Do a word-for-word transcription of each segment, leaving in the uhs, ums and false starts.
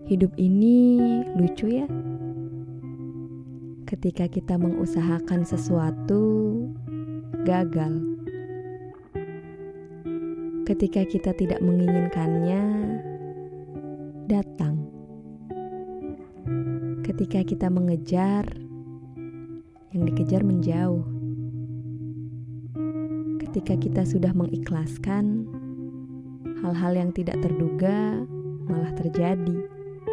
Hidup ini lucu ya. Ketika kita mengusahakan sesuatu, gagal. Ketika kita tidak menginginkannya, datang. Ketika kita mengejar, yang dikejar menjauh. Ketika kita sudah mengikhlaskan, hal-hal yang tidak terduga malah terjadi.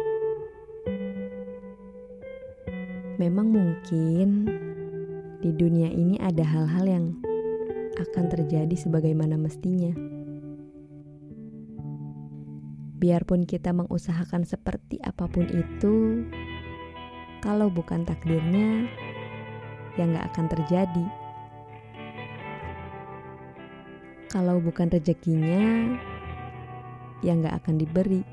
Memang mungkin di dunia ini ada hal-hal yang akan terjadi sebagaimana mestinya. Biarpun kita mengusahakan seperti apapun itu, kalau bukan takdirnya, ya nggak akan terjadi. Kalau bukan rezekinya, ya nggak akan diberi.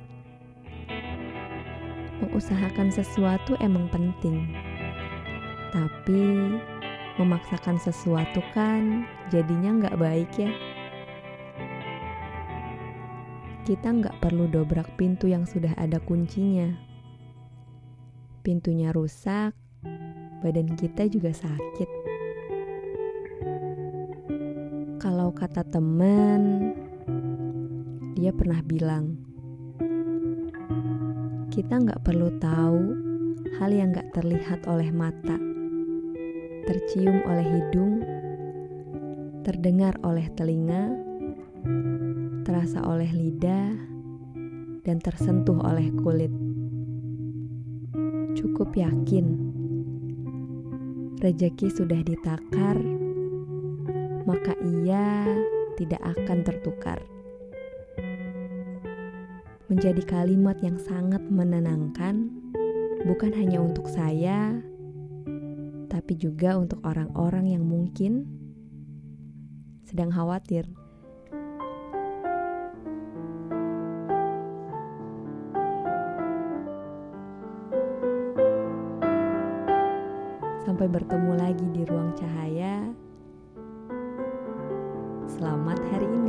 Mengusahakan sesuatu emang penting, tapi memaksakan sesuatu kan jadinya nggak baik ya. Kita nggak perlu dobrak pintu yang sudah ada kuncinya. Pintunya rusak, badan kita juga sakit. Kalau kata teman, dia pernah bilang, kita nggak perlu tahu hal yang nggak terlihat oleh mata, tercium oleh hidung, terdengar oleh telinga, terasa oleh lidah, dan tersentuh oleh kulit. Cukup yakin, rezeki sudah ditakar, maka ia tidak akan tertukar. Menjadi kalimat yang sangat menenangkan, bukan hanya untuk saya, tapi juga untuk orang-orang yang mungkin sedang khawatir. Sampai bertemu lagi di ruang cahaya. Selamat hari ini.